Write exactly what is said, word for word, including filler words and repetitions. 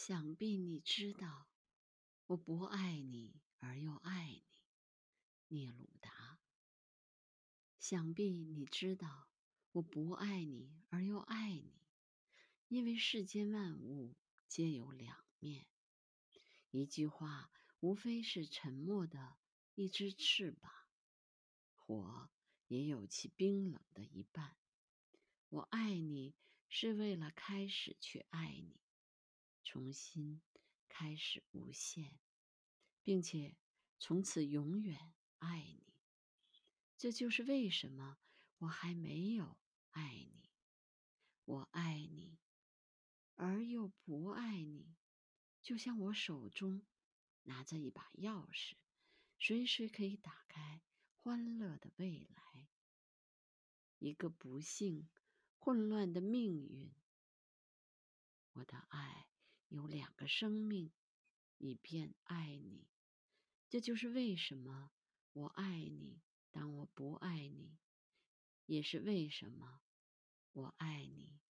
想必你知道，我不爱你而又爱你，聂鲁达。想必你知道，我不爱你而又爱你，因为世间万物皆有两面。一句话无非是沉默的一只翅膀，火也有其冰冷的一半。我爱你是为了开始去爱你，重新开始无限，并且从此永远爱你。这就是为什么我还没有爱你。我爱你而又不爱你，就像我手中拿着一把钥匙，随时可以打开欢乐的未来。一个不幸混乱的命运。我的爱有两个生命，以便爱你。这就是为什么我爱你，当我不爱你，也是为什么我爱你，